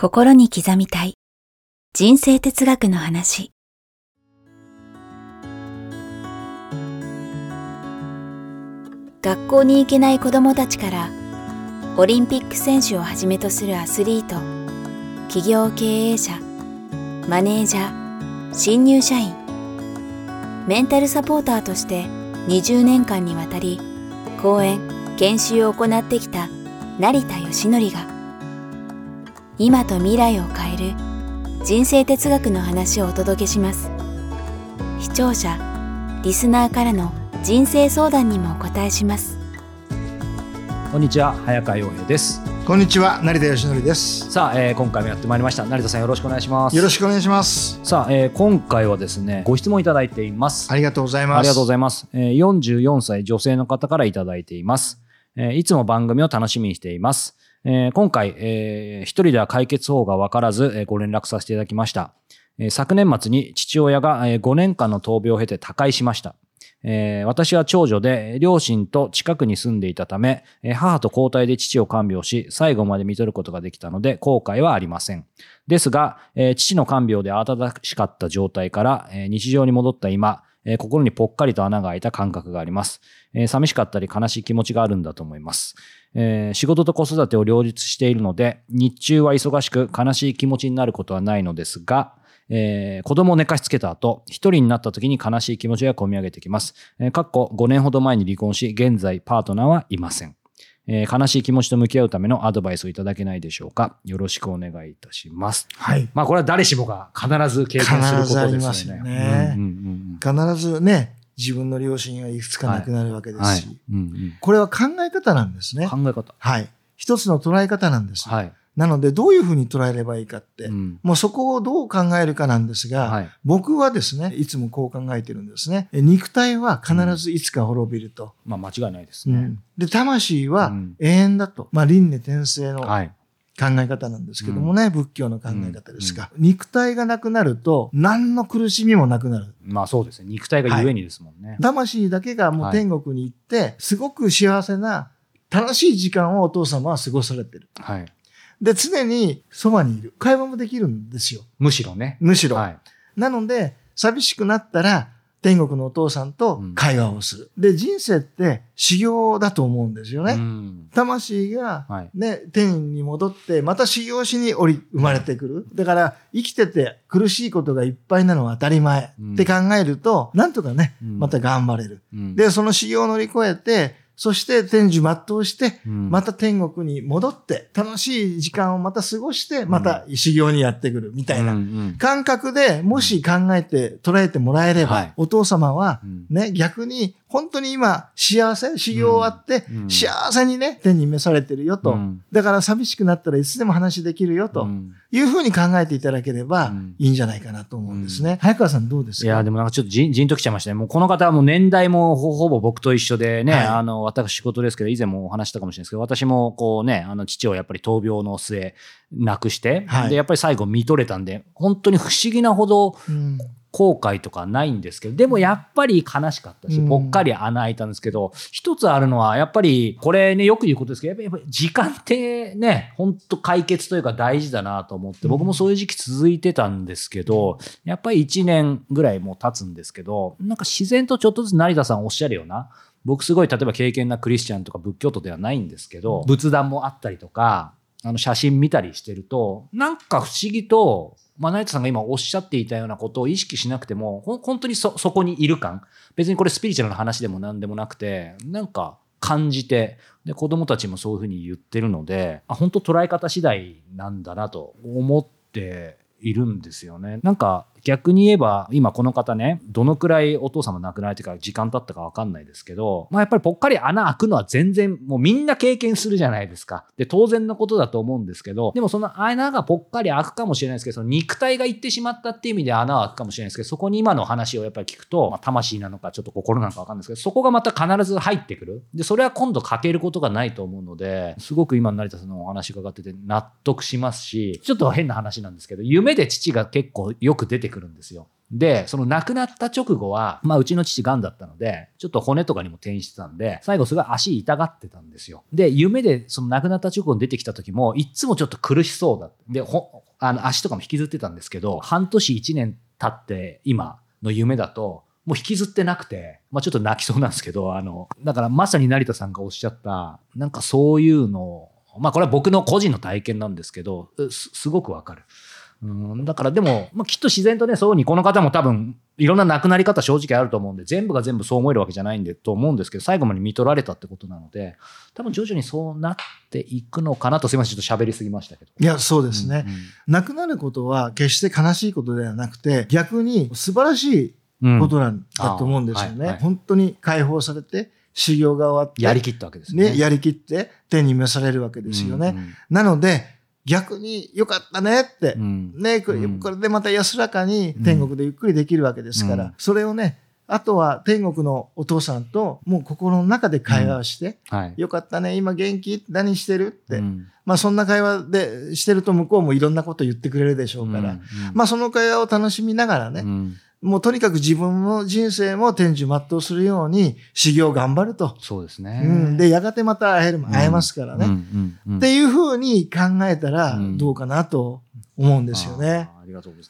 心に刻みたい人生哲学の話。学校に行けない子どもたちからオリンピック選手をはじめとするアスリート、企業経営者、マネージャー、新入社員、メンタルサポーターとして20年間にわたり講演・研修を行ってきた成田義則が今と未来を変える人生哲学の話をお届けします。視聴者・リスナーからの人生相談にもお答えします。 こんにちは、早川洋平です。 こんにちは、成田義則です。 さあ、今回もやってまいりました。成田さん、よろしくお願いします。 よろしくお願いします。 さあ、今回はですね、ご質問いただいています。 ありがとうございます。 ありがとうございます。44歳女性の方からいただいています。いつも番組を楽しみにしています。今回、一人では解決法が分からず、ご連絡させていただきました。昨年末に父親が5年間の闘病を経て他界しました。私は長女で両親と近くに住んでいたため、母と交代で父を看病し最後まで看取ることができたので後悔はありません。ですが、父の看病で慌ただしかった状態から、日常に戻った今、心にぽっかりと穴が開いた感覚があります。寂しかったり悲しい気持ちがあるんだと思います。仕事と子育てを両立しているので日中は忙しく悲しい気持ちになることはないのですが、子供を寝かしつけた後、一人になった時に悲しい気持ちがこみ上げてきます。5年ほど前に離婚し、現在パートナーはいません。悲しい気持ちと向き合うためのアドバイスをいただけないでしょうか。よろしくお願いいたします。 はい。 まあこれは誰しもが必ず経験することですよね。 必ずありますよね。必ずね、自分の両親がいくつか亡くなるわけですし、これは考え方なんですね。 考え方。 はい。一つの捉え方なんです。 はい。 なので、どういうふうに捉えればいいかって、もうそこをどう考えるかなんですが、僕はですね、いつもこう考えてるんですね。肉体は必ずいつか滅びると。 まあ間違いないですね。 で、魂は永遠だと。まあ輪廻転生の考え方なんですけどもね、仏教の考え方ですが、肉体がなくなると何の苦しみもなくなる。 まあそうですね。肉体がゆえにですもんね。 魂だけがもう天国に行って、すごく幸せな楽しい時間をお父様は過ごされてる。 はい。 で、常にそばにいる。会話もできるんですよ。 むしろね。 むしろ。 はい、 なので、寂しくなったら、天国のお父さんと会話をする。で、人生って修行だと思うんですよね。魂がね、天に戻って、また修行しに生まれてくる。だから、生きてて苦しいことがいっぱいなのは当たり前って考えると、なんとかね、また頑張れる。で、その修行を乗り越えて、そして天寿全うして、また天国に戻って、楽しい時間をまた過ごして、また修行にやってくるみたいな感覚で、もし考えて捉えてもらえれば、お父様はね、逆に本当に今幸せ、修行終わって、幸せにね、天に召されてるよと。だから寂しくなったらいつでも話できるよというふうに考えていただければいいんじゃないかなと思うんですね。早川さんどうですか？ いや、でもなんかちょっとじんときちゃいましたね。もうこの方はもう年代もほぼ僕と一緒でね、私仕事ですけど、以前もお話したかもしれないですけど、私もこうね、父をやっぱり闘病の末亡くして、で、やっぱり最後見とれたんで、本当に不思議なほど、後悔とかないんですけど、でもやっぱり悲しかったし、ぽっかり穴開いたんですけど、一つあるのは、やっぱり、これね、よく言うことですけど、やっぱり時間ってね、本当解決というか大事だなと思って、僕もそういう時期続いてたんですけど、やっぱり1年ぐらいもう経つんですけど、なんか自然とちょっとずつ成田さんおっしゃるような、僕すごい例えば敬虔なクリスチャンとか仏教徒ではないんですけど、仏壇もあったりとか、写真見たりしてると、なんか不思議と、成田さんが今おっしゃっていたようなことを意識しなくても、本当にそこにいる感。別にこれスピリチュアルな話でも何でもなくて、なんか感じて、で、子供たちもそういうふうに言ってるので、本当捉え方次第なんだなと思っているんですよね。なんか逆に言えば、今この方ね、どのくらいお父様亡くなられてから時間経ったかわかんないですけど、やっぱりぽっかり穴開くのは全然もうみんな経験するじゃないですか。で、当然のことだと思うんですけど、でもその穴がぽっかり開くかもしれないですけど、その肉体がいってしまったっていう意味で穴は開くかもしれないですけど、そこに今の話をやっぱり聞くと、魂なのかちょっと心なのかわかんないですけど、そこがまた必ず入ってくる。で、それは今度欠けることがないと思うので、すごく今成田さんのお話伺ってて納得しますし、ちょっと変な話なんですけど、夢で父が結構よく出てくるんですよ。 で、その亡くなった直後は、うちの父癌だったので、ちょっと骨とかにも転移してたんで、最後すごい足痛がってたんですよ。で、夢でその亡くなった直後に出てきた時も、いつもちょっと苦しそうだった。で、足とかも引きずってたんですけど、半年1年経って今の夢だと、もう引きずってなくて、ちょっと泣きそうなんですけど、だからまさに成田さんがおっしゃった、なんかそういうのを、これは僕の個人の体験なんですけど、すごくわかる。だからでも、きっと自然とね、そういうふうにこの方も多分、いろんな亡くなり方正直あると思うんで、全部が全部そう思えるわけじゃないんでと思うんですけど、最後まで見取られたってことなので、多分徐々にそうなっていくのかなと、すいません、ちょっと喋りすぎましたけど。 いや、そうですね。亡くなることは決して悲しいことではなくて、逆に素晴らしいことなんだと思うんですよね。本当に解放されて、修行が終わって。 やりきったわけですね。 やりきって天に召されるわけですよね。なので、逆に良かったねって、これでまた安らかに天国でゆっくりできるわけですから、それをね、あとは天国のお父さんともう心の中で会話をして、よかったね、今元気？何してる？って、そんな会話でしてると向こうもいろんなこと言ってくれるでしょうから、その会話を楽しみながらね、もうとにかく自分の人生も天寿全うするように修行頑張ると。 そうですね。 で、やがてまた会えますからね。っていうふうに考えたらどうかなと思うんですよね。 ありがとうございます。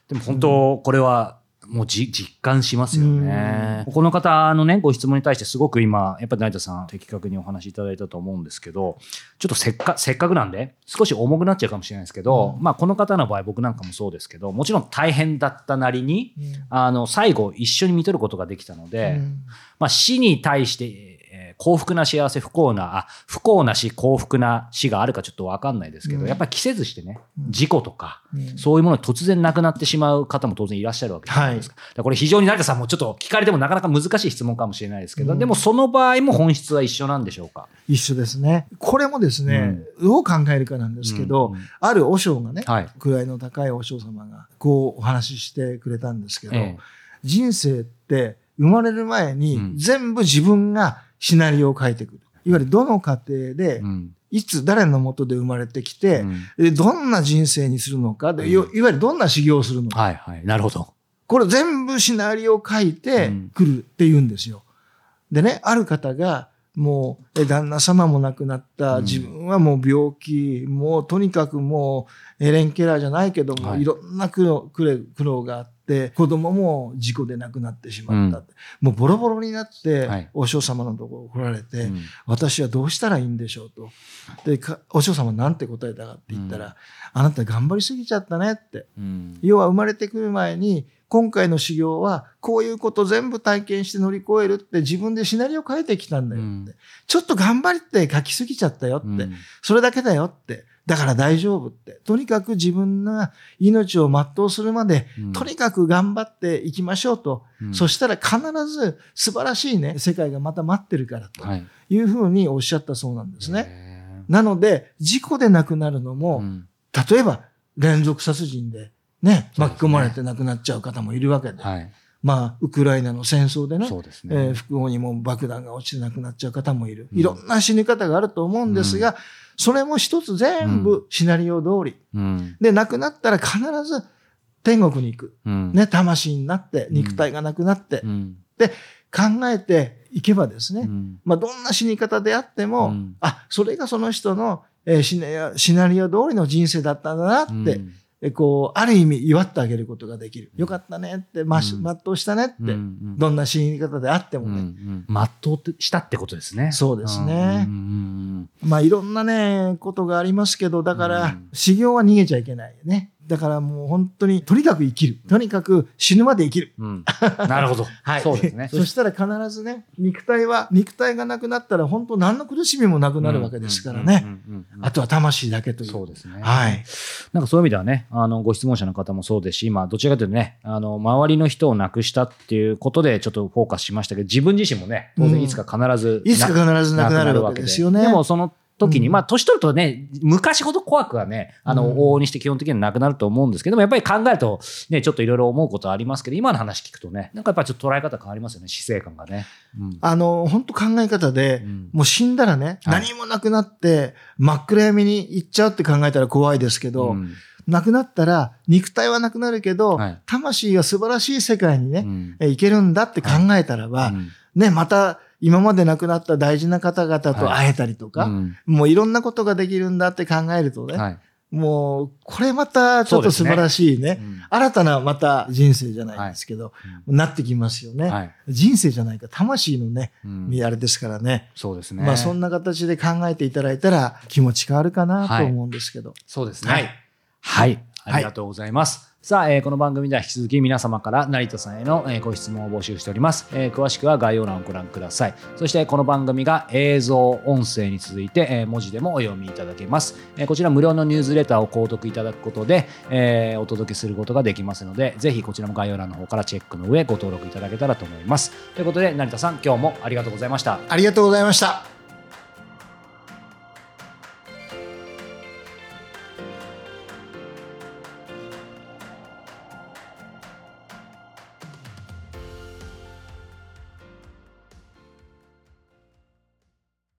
でも本当、これはもう実感しますよね。この方のね、ご質問に対してすごく今、やっぱり成田さん的確にお話しいただいたと思うんですけど、ちょっとせっかくなんで、少し重くなっちゃうかもしれないですけど、この方の場合、僕なんかもそうですけど、もちろん大変だったなりに、最後一緒に見とることができたので、死に対して、幸福な幸せ、不幸な死、幸福な死があるかちょっとわかんないですけど、やっぱり期せずしてね、事故とか、そういうものに突然亡くなってしまう方も当然いらっしゃるわけじゃないですか。これ非常に成田さんもちょっと聞かれてもなかなか難しい質問かもしれないですけど、でもその場合も本質は一緒なんでしょうか？ 一緒ですね。これもですね、どう考えるかなんですけど、ある和尚がね、位の高い和尚様がこうお話ししてくれたんですけど、人生って生まれる前に全部自分がシナリオを書いてくる。いわゆるどの家庭で、いつ誰の下で生まれてきて、どんな人生にするのか、いわゆるどんな修行をするのか。 なるほど。 これ全部シナリオを書いてくるって言うんですよ。でね、ある方が、もう、旦那様も亡くなった、自分はもう病気、もうとにかくもう、エレン・ケラーじゃないけども、いろんな苦労があって、子供も事故で亡くなってしまった。もうボロボロになって、お嬢様のところ来られて、私はどうしたらいいんでしょうと。で、お嬢様なんて答えたかって言ったら、あなた頑張りすぎちゃったねって。要は生まれてくる前に、今回の修行はこういうこと全部体験して乗り越えるって自分でシナリオ書いてきたんだよって。ちょっと頑張って書きすぎちゃったよって。それだけだよって。だから大丈夫って。とにかく自分が命を全うするまで、とにかく頑張っていきましょうと。そしたら必ず素晴らしいね、世界がまた待ってるからというふうにおっしゃったそうなんですね。なので、事故で亡くなるのも、例えば連続殺人で、巻き込まれて亡くなっちゃう方もいるわけで。ウクライナの戦争でね、腹部にも爆弾が落ちて亡くなっちゃう方もいる。いろんな死に方があると思うんですが、それも一つ全部シナリオ通り。で、亡くなったら必ず天国に行く。魂になって、肉体がなくなって。で、考えていけばですね、どんな死に方であっても、それがその人のシナリオ通りの人生だったんだなって、ある意味祝ってあげることができる。よかったねって、全うしたねって、どんな死に方であってもね。 全うしたってことですね。 そうですね。いろんなね、ことがありますけど、だから、修行は逃げちゃいけないよね。だからもう本当に、とにかく生きる。とにかく死ぬまで生きる。 なるほど。そうですね。 そしたら必ずね、肉体がなくなったら本当何の苦しみもなくなるわけですからね。あとは魂だけという。 そうですね。 なんかそういう意味ではね、ご質問者の方もそうですし、今、どちらかというとね、周りの人を亡くしたっていうことでちょっとフォーカスしましたけど、自分自身もね、当然いつか必ず亡くなるわけですよね。 でもその時に、年取るとね、昔ほど怖くはね、往々にして基本的にはなくなると思うんですけども、やっぱり考えると、ね、ちょっといろいろ思うことはありますけど、今の話聞くとね、なんかやっぱりちょっと捉え方変わりますよね、死生観がね。 本当考え方で、もう死んだらね、何もなくなって、真っ暗闇に行っちゃうって考えたら怖いですけど、 亡くなったら肉体はなくなるけど、魂は素晴らしい世界にね、行けるんだって考えたらば、ね、また今まで亡くなった大事な方々と会えたりとか、もういろんなことができるんだって考えるとね、もうこれまたちょっと素晴らしいね、新たなまた人生じゃないですけど、なってきますよね。人生じゃないか、魂のね、あれですからね。 そうですね。 まあそんな形で考えていただいたら気持ち変わるかなと思うんですけど。 そうですね。はい。ありがとうございます。さあ、この番組では引き続き皆様から成田さんへの、ご質問を募集しております。詳しくは概要欄をご覧ください。そしてこの番組が映像、音声に続いて、文字でもお読みいただけます。こちら無料のニュースレターを購読いただくことで、お届けすることができますので、ぜひこちらも概要欄の方からチェックの上ご登録いただけたらと思います。ということで成田さん、今日もありがとうございました。 ありがとうございました。